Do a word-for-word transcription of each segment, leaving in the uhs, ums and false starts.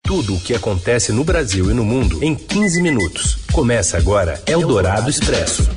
Tudo o que acontece no Brasil e no mundo em quinze minutos. Começa agora Eldorado Expresso.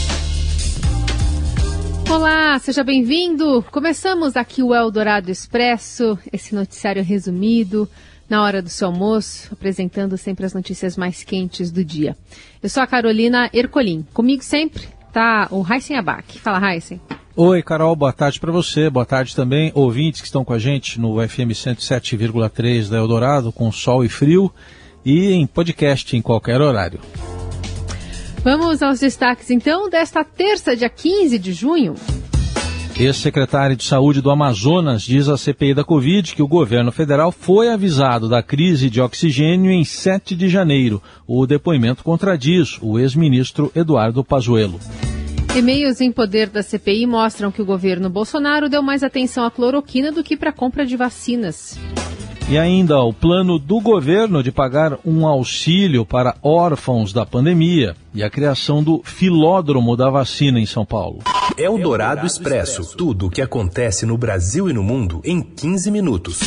Olá, seja bem-vindo. Começamos aqui o Eldorado Expresso, esse noticiário resumido, na hora do seu almoço, apresentando sempre as notícias mais quentes do dia. Eu sou a Carolina Ercolim. Comigo sempre está o Raíssen Abac. Fala, Raíssen. Oi, Carol, boa tarde para você, boa tarde também, ouvintes que estão com a gente no F M cento e sete vírgula três da Eldorado, com sol e frio, e em podcast em qualquer horário. Vamos aos destaques, então, desta terça, dia quinze de junho. Ex-secretário de Saúde do Amazonas diz à C P I da Covid que o governo federal foi avisado da crise de oxigênio em sete de janeiro. O depoimento contradiz o ex-ministro Eduardo Pazuello. E-mails em poder da C P I mostram que o governo Bolsonaro deu mais atenção à cloroquina do que para a compra de vacinas. E ainda o plano do governo de pagar um auxílio para órfãos da pandemia e a criação do filódromo da vacina em São Paulo. Eldorado Expresso. Tudo o que acontece no Brasil e no mundo em quinze minutos.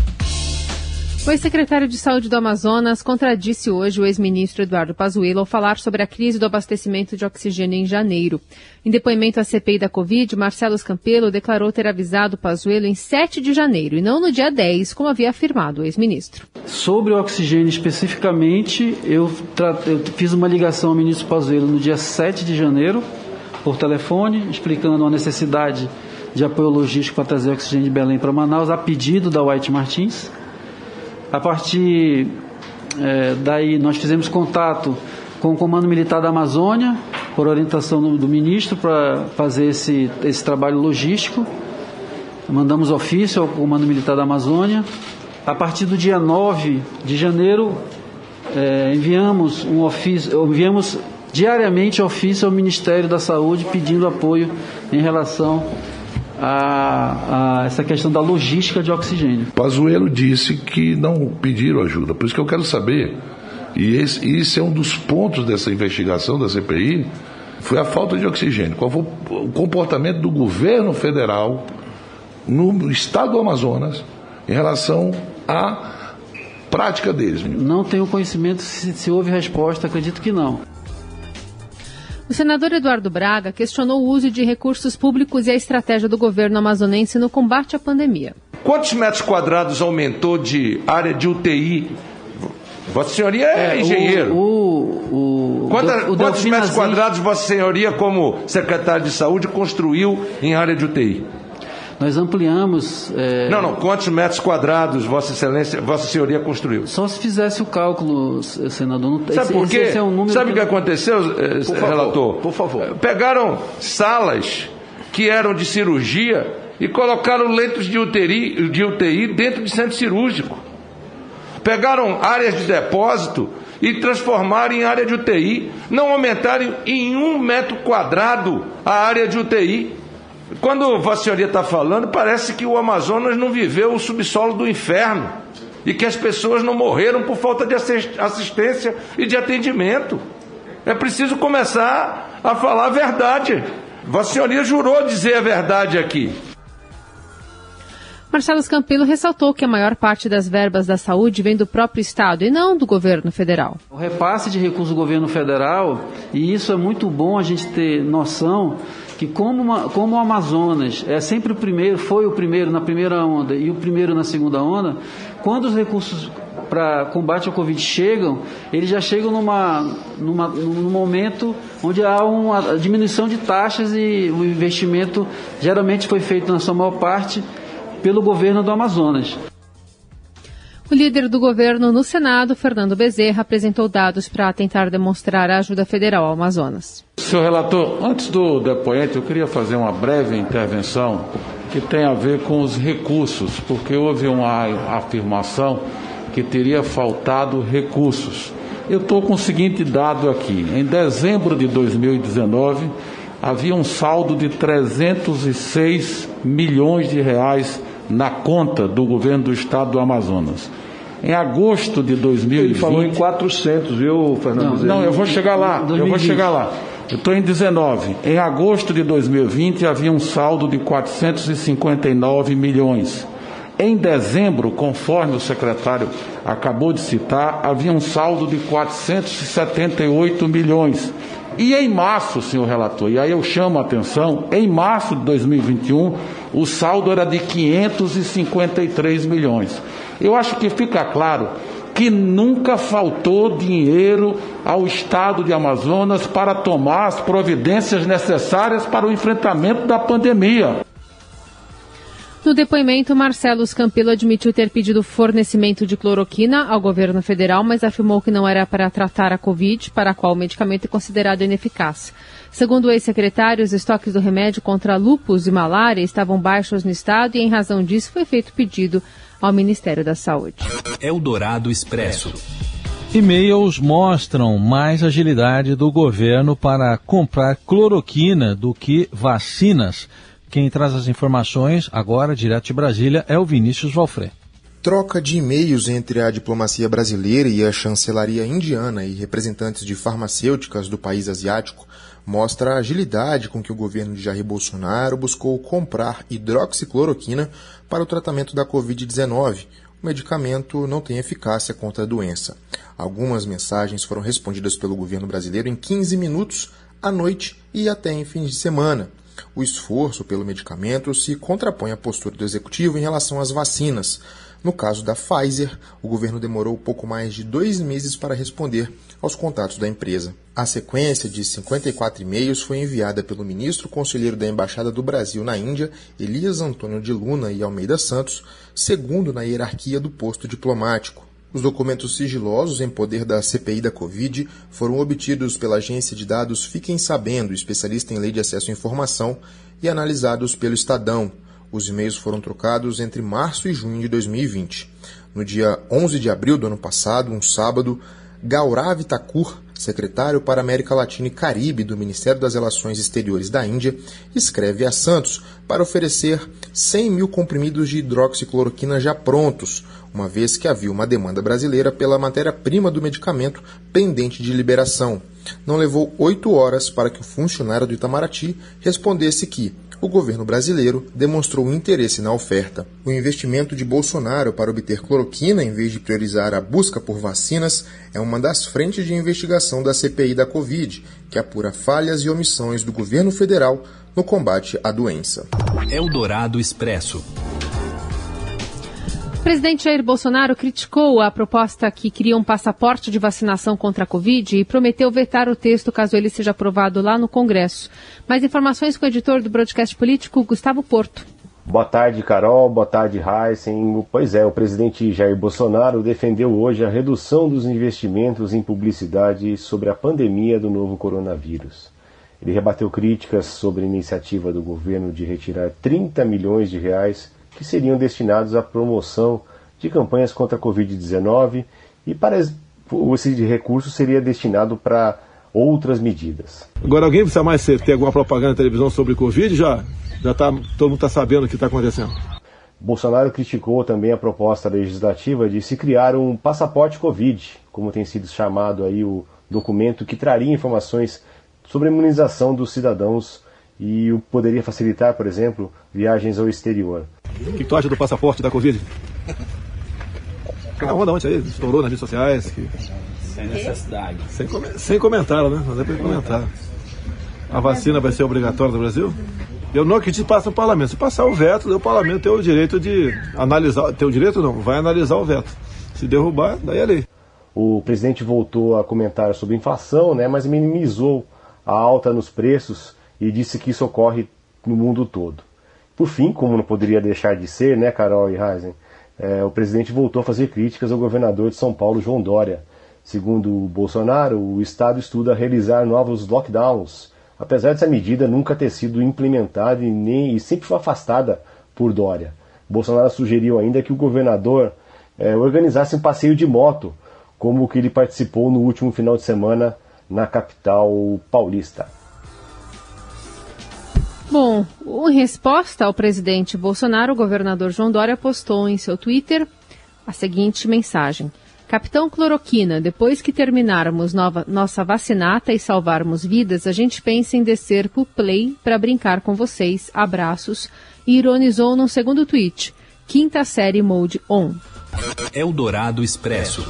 O ex-secretário de Saúde do Amazonas contradisse hoje o ex-ministro Eduardo Pazuello ao falar sobre a crise do abastecimento de oxigênio em janeiro. Em depoimento à C P I da Covid, Marcelo Campelo declarou ter avisado Pazuello em sete de janeiro e não no dia dez, como havia afirmado o ex-ministro. Sobre o oxigênio especificamente, eu, tra- eu fiz uma ligação ao ministro Pazuello no dia sete de janeiro, por telefone, explicando a necessidade de apoio logístico para trazer oxigênio de Belém para Manaus, a pedido da White Martins. A partir é, daí, nós fizemos contato com o Comando Militar da Amazônia, por orientação do, do ministro, para fazer esse, esse trabalho logístico. Mandamos ofício ao Comando Militar da Amazônia. A partir do dia nove de janeiro, é, enviamos, um ofício, enviamos diariamente ofício ao Ministério da Saúde pedindo apoio em relação A, a essa questão da logística de oxigênio. Pazuello disse que não pediram ajuda, por isso que eu quero saber, e esse, esse é um dos pontos dessa investigação da C P I, foi a falta de oxigênio. Qual foi o comportamento do governo federal no estado do Amazonas em relação à prática deles? Não tenho conhecimento se, se houve resposta, acredito que não. O senador Eduardo Braga questionou o uso de recursos públicos e a estratégia do governo amazonense no combate à pandemia. Quantos metros quadrados aumentou de área de U T I? Vossa Senhoria é, é engenheiro. O, o, Quanta, o quantos metros quadrados Vossa Senhoria, como secretário de Saúde, construiu em área de U T I? Nós ampliamos... É... Não, não, quantos metros quadrados Vossa Excelência, Vossa Senhoria construiu? Só se fizesse o cálculo, senador. Não... Sabe por quê? Esse é um número Sabe o que... que aconteceu, por relator? Favor, por favor. Pegaram salas que eram de cirurgia e colocaram leitos de U T I, de U T I dentro de centro cirúrgico. Pegaram áreas de depósito e transformaram em área de U T I. Não aumentaram em um metro quadrado a área de U T I. Quando Vossa Senhoria está falando, parece que o Amazonas não viveu o subsolo do inferno e que as pessoas não morreram por falta de assistência e de atendimento. É preciso começar a falar a verdade. Vossa Senhoria jurou dizer a verdade aqui. Marcelo Campelo ressaltou que a maior parte das verbas da saúde vem do próprio Estado e não do governo federal. O repasse de recursos do governo federal, e isso é muito bom a gente ter noção, que como, uma, como o Amazonas é sempre o primeiro, foi o primeiro na primeira onda e o primeiro na segunda onda, quando os recursos para combate ao Covid chegam, eles já chegam numa, numa, num momento onde há uma diminuição de taxas e o investimento geralmente foi feito na sua maior parte pelo governo do Amazonas. O líder do governo no Senado, Fernando Bezerra, apresentou dados para tentar demonstrar a ajuda federal ao Amazonas. Senhor relator, antes do depoente, eu queria fazer uma breve intervenção que tem a ver com os recursos, porque houve uma afirmação que teria faltado recursos. Eu estou com o seguinte dado aqui. Em dezembro de dois mil e dezenove, havia um saldo de trezentos e seis milhões de reais na conta do governo do estado do Amazonas. Em agosto de dois mil e vinte... Ele falou em quatrocentos, viu, Fernando? Não, não, eu vou chegar lá, eu vou chegar lá. Eu estou em dezenove. Em agosto de dois mil e vinte havia um saldo de quatrocentos e cinquenta e nove milhões. Em dezembro, conforme o secretário acabou de citar, havia um saldo de quatrocentos e setenta e oito milhões. E em março, senhor relator, e aí eu chamo a atenção, em março de dois mil e vinte e um, o saldo era de quinhentos e cinquenta e três milhões. Eu acho que fica claro que nunca faltou dinheiro ao Estado de Amazonas para tomar as providências necessárias para o enfrentamento da pandemia. No depoimento, Marcelo Scampelo admitiu ter pedido fornecimento de cloroquina ao governo federal, mas afirmou que não era para tratar a Covid, para a qual o medicamento é considerado ineficaz. Segundo o ex-secretário, os estoques do remédio contra lúpus e malária estavam baixos no estado e, em razão disso, foi feito pedido ao Ministério da Saúde. Eldorado Expresso. E-mails mostram mais agilidade do governo para comprar cloroquina do que vacinas. Quem traz as informações agora, direto de Brasília, é o Vinícius Valfré. Troca de e-mails entre a diplomacia brasileira e a chancelaria indiana e representantes de farmacêuticas do país asiático mostra a agilidade com que o governo de Jair Bolsonaro buscou comprar hidroxicloroquina para o tratamento da covid dezenove. O medicamento não tem eficácia contra a doença. Algumas mensagens foram respondidas pelo governo brasileiro em quinze minutos, à noite e até em fins de semana. O esforço pelo medicamento se contrapõe à postura do executivo em relação às vacinas. No caso da Pfizer, o governo demorou pouco mais de dois meses para responder aos contatos da empresa. A sequência de cinquenta e quatro e-mails foi enviada pelo ministro conselheiro da Embaixada do Brasil na Índia, Elias Antônio de Luna e Almeida Santos, segundo na hierarquia do posto diplomático. Os documentos sigilosos em poder da C P I da Covid foram obtidos pela agência de dados Fiquem Sabendo, especialista em lei de acesso à informação, e analisados pelo Estadão. Os e-mails foram trocados entre março e junho de dois mil e vinte. No dia onze de abril do ano passado, um sábado, Gaurav Thakur, secretário para América Latina e Caribe do Ministério das Relações Exteriores da Índia, escreve a Santos para oferecer cem mil comprimidos de hidroxicloroquina já prontos, uma vez que havia uma demanda brasileira pela matéria-prima do medicamento pendente de liberação. Não levou oito horas para que o funcionário do Itamaraty respondesse que o governo brasileiro demonstrou interesse na oferta. O investimento de Bolsonaro para obter cloroquina, em vez de priorizar a busca por vacinas, é uma das frentes de investigação da C P I da Covid, que apura falhas e omissões do governo federal no combate à doença. Eldorado Expresso. O presidente Jair Bolsonaro criticou a proposta que cria um passaporte de vacinação contra a Covid e prometeu vetar o texto caso ele seja aprovado lá no Congresso. Mais informações com o editor do Broadcast Político, Gustavo Porto. Boa tarde, Carol. Boa tarde, Heisen. Pois é, o presidente Jair Bolsonaro defendeu hoje a redução dos investimentos em publicidade sobre a pandemia do novo coronavírus. Ele rebateu críticas sobre a iniciativa do governo de retirar trinta milhões de reais que seriam destinados à promoção de campanhas contra a covid dezenove e para esse recurso seria destinado para outras medidas. Agora, alguém precisa mais ter alguma propaganda na televisão sobre Covid? Já, já tá, todo mundo está sabendo o que está acontecendo. Bolsonaro criticou também a proposta legislativa de se criar um passaporte Covid, como tem sido chamado aí o documento que traria informações sobre a imunização dos cidadãos e poderia facilitar, por exemplo, viagens ao exterior. O que tu acha do passaporte da Covid? A onda ontem aí, estourou nas redes sociais. Que... Sem necessidade. Sem, com... Sem comentário, né? Não é para comentar. A vacina vai ser obrigatória no Brasil? Eu não acredito que passe no parlamento. Se passar o veto, o parlamento tem o direito de analisar. Tem o direito não, vai analisar o veto. Se derrubar, daí é lei. O presidente voltou a comentar sobre inflação, né, mas minimizou a alta nos preços e disse que isso ocorre no mundo todo. Por fim, como não poderia deixar de ser, né, Carol e Heisen, é, o presidente voltou a fazer críticas ao governador de São Paulo, João Dória. Segundo o Bolsonaro, o Estado estuda realizar novos lockdowns, apesar dessa medida nunca ter sido implementada e, nem, e sempre foi afastada por Dória. Bolsonaro sugeriu ainda que o governador é, organizasse um passeio de moto, como o que ele participou no último final de semana na capital paulista. Bom, em resposta ao presidente Bolsonaro, o governador João Dória postou em seu Twitter a seguinte mensagem. Capitão Cloroquina, depois que terminarmos nova, nossa vacinata e salvarmos vidas, a gente pensa em descer pro Play para brincar com vocês. Abraços. E ironizou num segundo tweet. quinta série Mode On. Eldorado Expresso.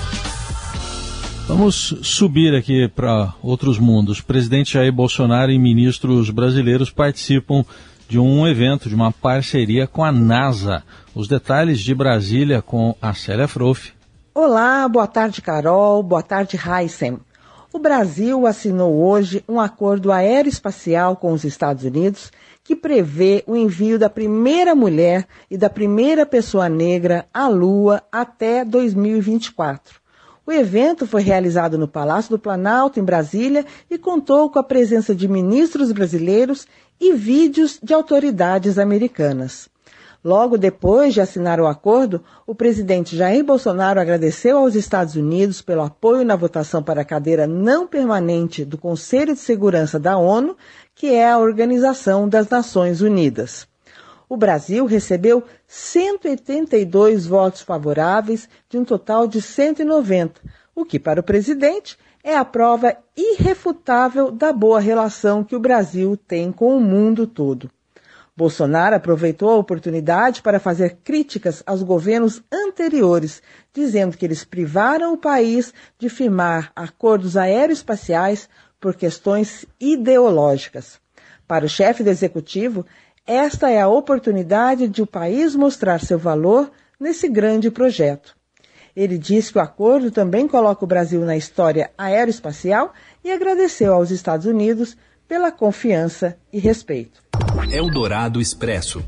Vamos subir aqui para outros mundos. O presidente Jair Bolsonaro e ministros brasileiros participam de um evento, de uma parceria com a NASA. Os detalhes de Brasília com a Célia Frouf. Olá, boa tarde, Carol, boa tarde, Heisen. O Brasil assinou hoje um acordo aeroespacial com os Estados Unidos que prevê o envio da primeira mulher e da primeira pessoa negra à Lua até dois mil e vinte e quatro. O evento foi realizado no Palácio do Planalto, em Brasília, e contou com a presença de ministros brasileiros e vídeos de autoridades americanas. Logo depois de assinar o acordo, o presidente Jair Bolsonaro agradeceu aos Estados Unidos pelo apoio na votação para a cadeira não permanente do Conselho de Segurança da ONU, que é a Organização das Nações Unidas. O Brasil recebeu cento e oitenta e dois votos favoráveis de um total de cento e noventa, o que para o presidente é a prova irrefutável da boa relação que o Brasil tem com o mundo todo. Bolsonaro aproveitou a oportunidade para fazer críticas aos governos anteriores, dizendo que eles privaram o país de firmar acordos aeroespaciais por questões ideológicas. Para o chefe do executivo, esta é a oportunidade de o país mostrar seu valor nesse grande projeto. Ele diz que o acordo também coloca o Brasil na história aeroespacial e agradeceu aos Estados Unidos pela confiança e respeito. Eldorado Expresso.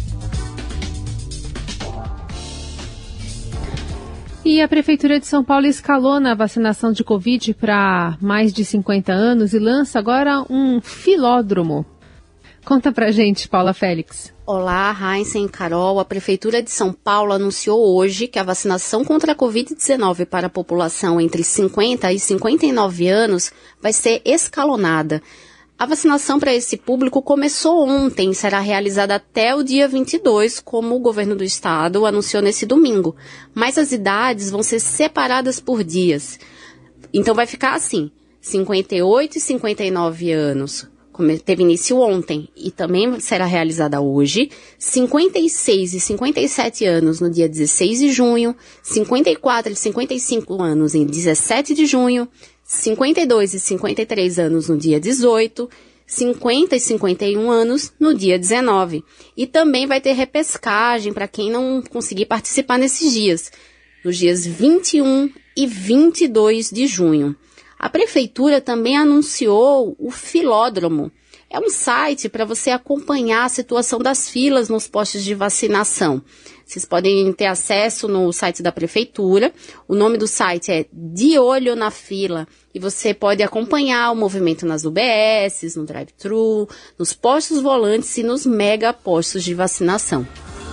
E a Prefeitura de São Paulo escalona a vacinação de Covid para mais de cinquenta anos e lança agora um filódromo. Conta pra gente, Paula Félix. Olá, Heisen e Carol. A Prefeitura de São Paulo anunciou hoje que a vacinação contra a covid dezenove para a população entre cinquenta e cinquenta e nove anos vai ser escalonada. A vacinação para esse público começou ontem e será realizada até o dia vinte e dois, como o governo do estado anunciou nesse domingo. Mas as idades vão ser separadas por dias. Então vai ficar assim, cinquenta e oito e cinquenta e nove anos. Teve início ontem e também será realizada hoje, cinquenta e seis e cinquenta e sete anos no dia dezesseis de junho, cinquenta e quatro e cinquenta e cinco anos em dezessete de junho, cinquenta e dois e cinquenta e três anos no dia dezoito, cinquenta e cinquenta e um anos no dia dezenove. E também vai ter repescagem para quem não conseguir participar nesses dias, nos dias vinte e um e vinte e dois de junho. A Prefeitura também anunciou o Filódromo. É um site para você acompanhar a situação das filas nos postos de vacinação. Vocês podem ter acesso no site da Prefeitura. O nome do site é De Olho na Fila. E você pode acompanhar o movimento nas U B S, no drive-thru, nos postos volantes e nos mega postos de vacinação.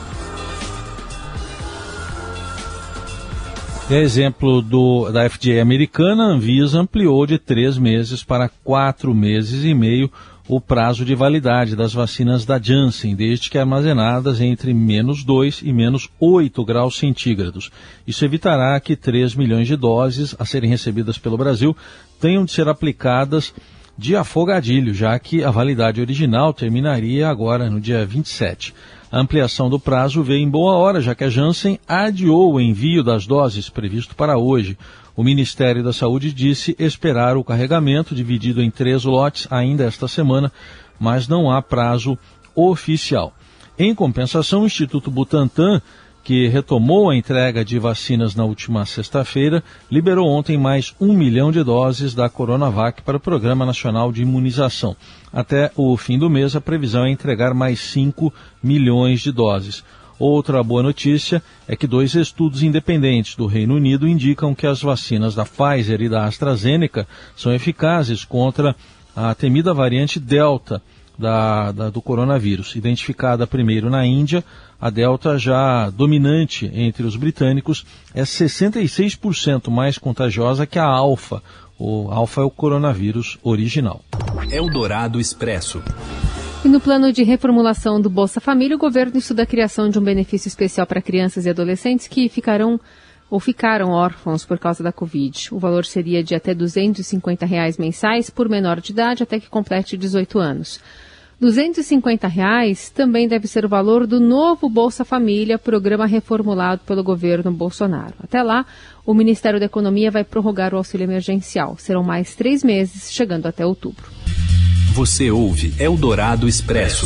É exemplo do, da F D A americana, a Anvisa ampliou de três meses para quatro meses e meio o prazo de validade das vacinas da Janssen, desde que armazenadas entre menos dois e menos oito graus centígrados. Isso evitará que três milhões de doses a serem recebidas pelo Brasil tenham de ser aplicadas de afogadilho, já que a validade original terminaria agora no dia vinte e sete. A ampliação do prazo veio em boa hora, já que a Janssen adiou o envio das doses previsto para hoje. O Ministério da Saúde disse esperar o carregamento dividido em três lotes ainda esta semana, mas não há prazo oficial. Em compensação, o Instituto Butantan, que retomou a entrega de vacinas na última sexta-feira, liberou ontem mais um milhão de doses da Coronavac para o Programa Nacional de Imunização. Até o fim do mês, a previsão é entregar mais cinco milhões de doses. Outra boa notícia é que dois estudos independentes do Reino Unido indicam que as vacinas da Pfizer e da AstraZeneca são eficazes contra a temida variante Delta da, da, do coronavírus. Identificada primeiro na Índia, a Delta, já dominante entre os britânicos, é sessenta e seis por cento mais contagiosa que a Alfa. O Alfa é o coronavírus original. Eldorado Expresso. E no plano de reformulação do Bolsa Família, o governo estuda a criação de um benefício especial para crianças e adolescentes que ficarão ou ficaram órfãos por causa da Covid. O valor seria de até duzentos e cinquenta reais mensais por menor de idade até que complete dezoito anos. duzentos e cinquenta reais também deve ser o valor do novo Bolsa Família, programa reformulado pelo governo Bolsonaro. Até lá, o Ministério da Economia vai prorrogar o auxílio emergencial. Serão mais três meses, chegando até outubro. Você ouve Eldorado Expresso.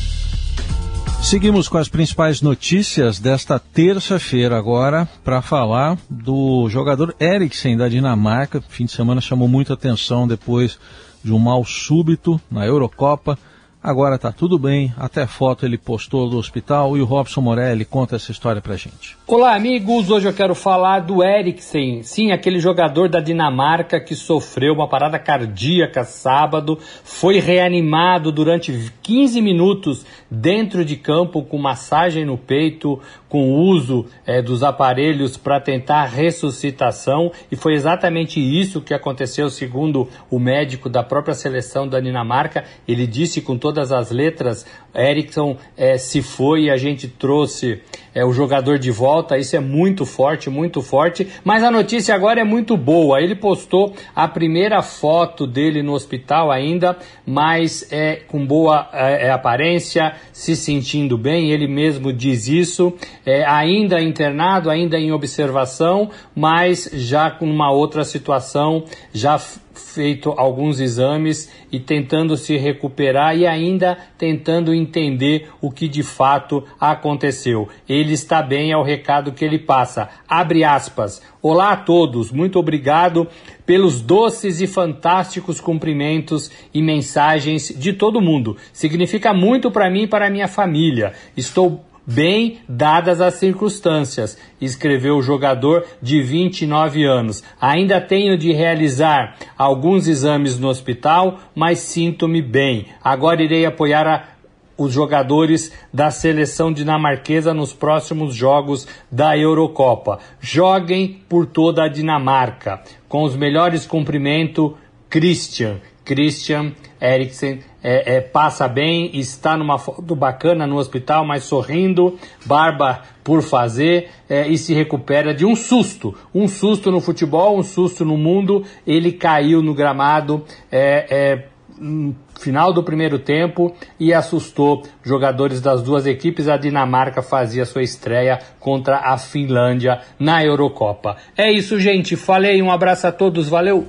Seguimos com as principais notícias desta terça-feira agora para falar do jogador Eriksen da Dinamarca. Fim de semana chamou muita atenção depois de um mal súbito na Eurocopa. Agora está tudo bem, até foto ele postou do hospital e o Robson Morelli conta essa história pra gente. Olá amigos, hoje eu quero falar do Eriksen, sim, aquele jogador da Dinamarca que sofreu uma parada cardíaca sábado, foi reanimado durante quinze minutos dentro de campo com massagem no peito, com o uso é, dos aparelhos para tentar ressuscitação, e foi exatamente isso que aconteceu segundo o médico da própria seleção da Dinamarca. Ele disse com todas as letras, Eriksen é, se foi e a gente trouxe é, o jogador de volta. Isso é muito forte, muito forte, mas a notícia agora é muito boa. Ele postou a primeira foto dele no hospital ainda, mas é, com boa é, aparência, se sentindo bem, ele mesmo diz isso, é, ainda internado, ainda em observação, mas já com uma outra situação, já feito alguns exames e tentando se recuperar e ainda tentando entender o que de fato aconteceu. Ele está bem, é o recado que ele passa. Abre aspas. Olá a todos, muito obrigado pelos doces e fantásticos cumprimentos e mensagens de todo mundo. Significa muito para mim e para a minha família. Estou bem dadas as circunstâncias, escreveu o jogador de vinte e nove anos. Ainda tenho de realizar alguns exames no hospital, mas sinto-me bem. Agora irei apoiar a, os jogadores da seleção dinamarquesa nos próximos jogos da Eurocopa. Joguem por toda a Dinamarca. Com os melhores cumprimentos, Christian. Christian Eriksen é, é, passa bem, está numa foto bacana no hospital, mas sorrindo, barba por fazer, é, e se recupera de um susto, um susto no futebol, um susto no mundo. Ele caiu no gramado é, é, no final do primeiro tempo e assustou jogadores das duas equipes. A Dinamarca fazia sua estreia contra a Finlândia na Eurocopa. É isso, gente, falei, um abraço a todos, valeu!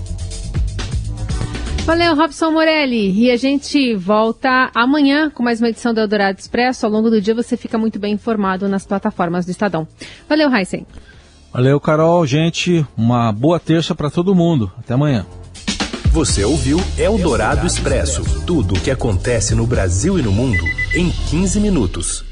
Valeu, Robson Morelli. E a gente volta amanhã com mais uma edição do Eldorado Expresso. Ao longo do dia você fica muito bem informado nas plataformas do Estadão. Valeu, Heisen. Valeu, Carol. Gente, uma boa terça para todo mundo. Até amanhã. Você ouviu Eldorado Expresso. Tudo o que acontece no Brasil e no mundo em quinze minutos.